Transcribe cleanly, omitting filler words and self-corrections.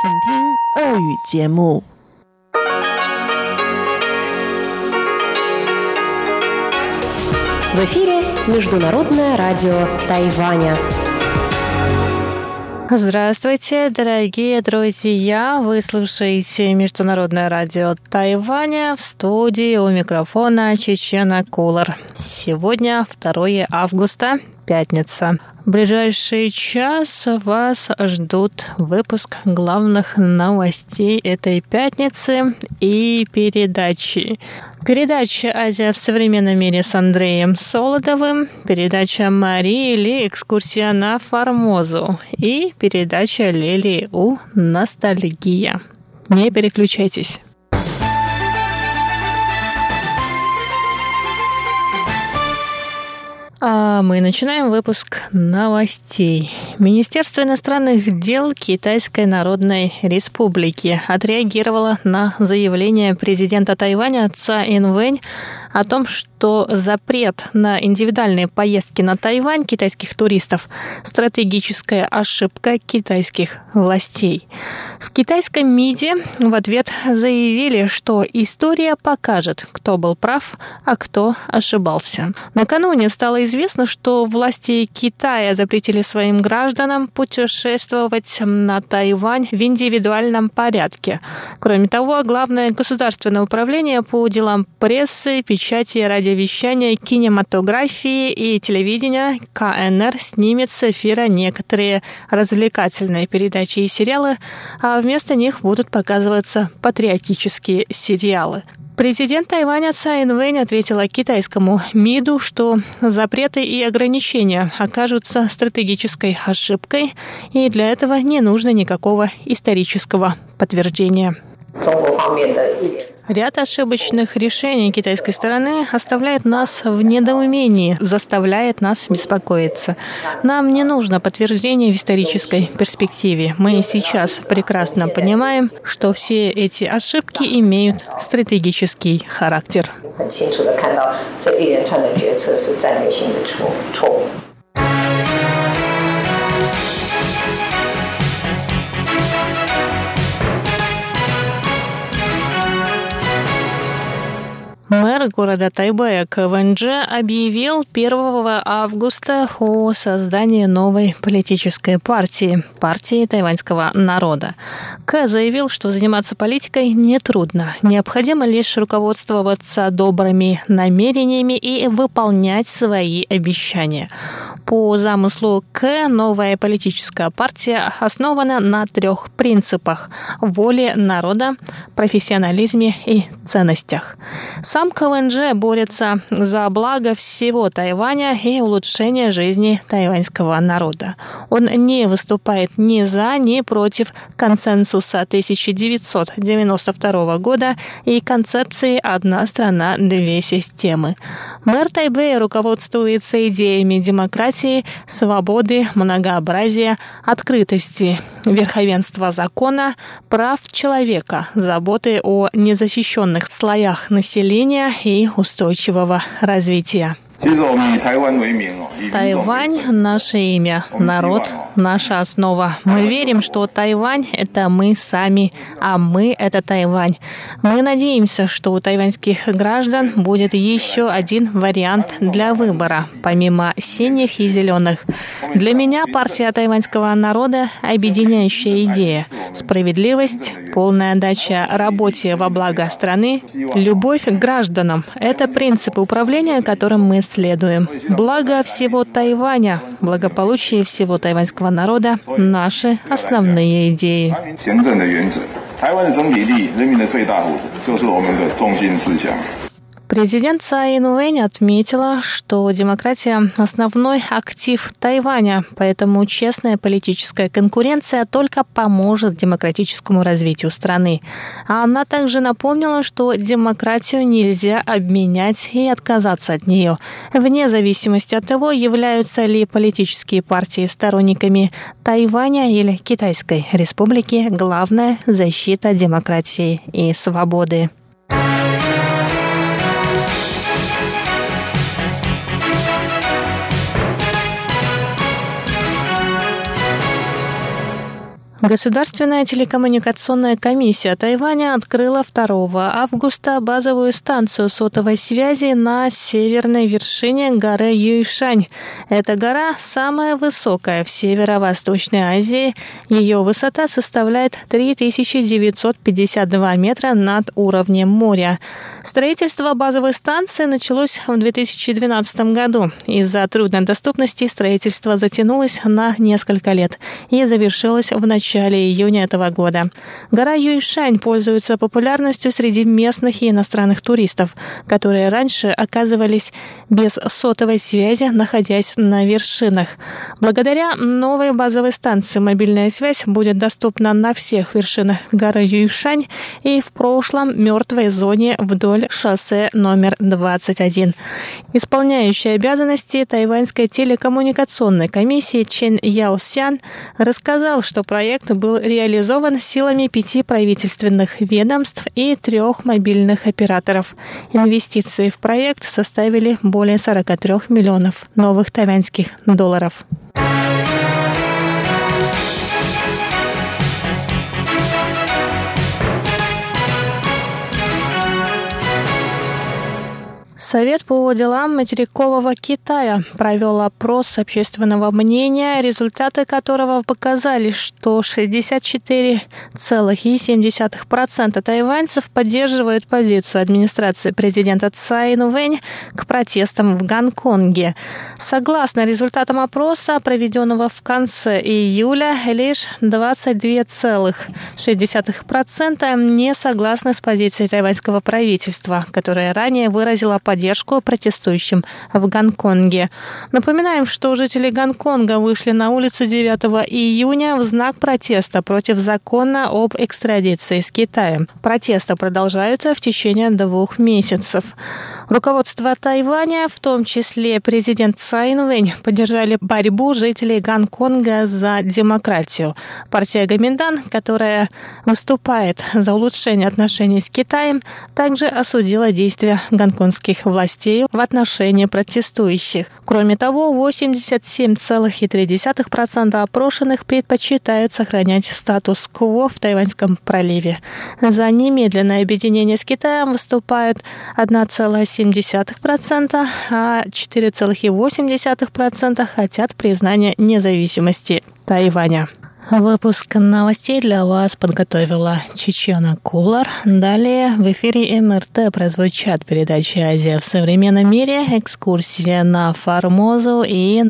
请听俄语节目。 В эфире Международное радио Тайваня. Здравствуйте, дорогие друзья! Вы слушаете Международное радио Тайваня, в студии у микрофона Чечена Кулар. Сегодня 2 августа, пятница. В ближайший час вас ждут выпуск главных новостей этой пятницы и передачи. Передача «Азия в современном мире» с Андреем Солодовым, передача Марии Ли «Экскурсия на Формозу» и передача Лили У «Ностальгия». Не переключайтесь. А мы начинаем выпуск новостей. Министерство иностранных дел Китайской Народной Республики отреагировало на заявление президента Тайваня Цай Инвэнь о том, что запрет на индивидуальные поездки на Тайвань китайских туристов – стратегическая ошибка китайских властей. В китайском МИДе в ответ заявили, что история покажет, кто был прав, а кто ошибался. Накануне стало известно, что власти Китая запретили своим гражданам путешествовать на Тайвань в индивидуальном порядке. Кроме того, Главное государственное управление по делам прессы, печати, радиовещания, кинематографии и телевидения КНР снимет с эфира некоторые развлекательные передачи и сериалы, а вместо них будут показываться патриотические сериалы. Президент Тайваня Цай Инвэнь ответила китайскому МИДу, что запреты и ограничения окажутся стратегической ошибкой, и для этого не нужно никакого исторического подтверждения. Ряд ошибочных решений китайской стороны оставляет нас в недоумении, заставляет нас беспокоиться. Нам не нужно подтверждение в исторической перспективе. Мы сейчас прекрасно понимаем, что все эти ошибки имеют стратегический характер. Мэр города Тайбэя Кэ Вэньчжэ объявил 1 августа о создании новой политической партии – партии тайваньского народа. Кэ заявил, что заниматься политикой нетрудно. Необходимо лишь руководствоваться добрыми намерениями и выполнять свои обещания. По замыслу Кэ, новая политическая партия основана на 3 принципах – воле народа, профессионализме и ценностях. Сам Кэ Вэньчжэ борется за благо всего Тайваня и улучшение жизни тайваньского народа. Он не выступает ни за, ни против консенсуса 1992 года и концепции «Одна страна, две системы». Мэр Тайбэя руководствуется идеями демократии, свободы, многообразия, открытости, верховенства закона, прав человека, заботы о незащищенных слоях населения и устойчивого развития. Тайвань – наше имя, народ – наша основа. Мы верим, что Тайвань – это мы сами, а мы – это Тайвань. Мы надеемся, что у тайваньских граждан будет еще один вариант для выбора, помимо синих и зеленых. Для меня партия тайваньского народа – объединяющая идея. Справедливость, полная отдача работе во благо страны, любовь к гражданам – это принципы управления, которым мы следуем. Благо всего Тайваня, благополучие всего тайваньского народа – наши основные идеи. Президент Цай Инвэнь отметила, что демократия – основной актив Тайваня, поэтому честная политическая конкуренция только поможет демократическому развитию страны. А она также напомнила, что демократию нельзя обменять и отказаться от нее, вне зависимости от того, являются ли политические партии сторонниками Тайваня или Китайской Республики. Главное – защита демократии и свободы. Государственная телекоммуникационная комиссия Тайваня открыла 2 августа базовую станцию сотовой связи на северной вершине горы Юйшань. Эта гора самая высокая в Северо-Восточной Азии. Ее высота составляет 3952 метра над уровнем моря. Строительство базовой станции началось в 2012 году. Из-за трудной доступности строительство затянулось на несколько лет и завершилось в начале июня этого года. Гора Юйшань пользуется популярностью среди местных и иностранных туристов, которые раньше оказывались без сотовой связи, находясь на вершинах. Благодаря новой базовой станции мобильная связь будет доступна на всех вершинах горы Юйшань и в прошлом мертвой зоне вдоль шоссе номер 21. Исполняющий обязанности Тайваньской телекоммуникационной комиссии Чен Яосян рассказал, что проект был реализован силами 5 правительственных ведомств и 3 мобильных операторов. Инвестиции в проект составили более 43 миллионов новых тайваньских долларов. Совет по делам материкового Китая провел опрос общественного мнения, результаты которого показали, что 64,7% тайваньцев поддерживают позицию администрации президента Цай Инвэнь к протестам в Гонконге. Согласно результатам опроса, проведенного в конце июля, лишь 22,6% не согласны с позицией тайваньского правительства, которое ранее выразило поддержку протестующим в Гонконге. Напоминаем, что жители Гонконга вышли на улицы 9 июня в знак протеста против закона об экстрадиции с Китаем. Протесты продолжаются в течение 2 месяцев. Руководство Тайваня, в том числе президент Цай Инвэнь, поддержали борьбу жителей Гонконга за демократию. Партия Гоминдан, которая выступает за улучшение отношений с Китаем, также осудила действия гонконгских властей в отношении протестующих. Кроме того, 87,3% опрошенных предпочитают сохранять статус-кво в Тайваньском проливе. За немедленное объединение с Китаем выступают 1,7%, а 4,8% хотят признания независимости Тайваня. Выпуск новостей для вас подготовила Чечена Кулар. Далее в эфире МРТ прозвучат передачи «Азия в современном мире», экскурсия на Формозу и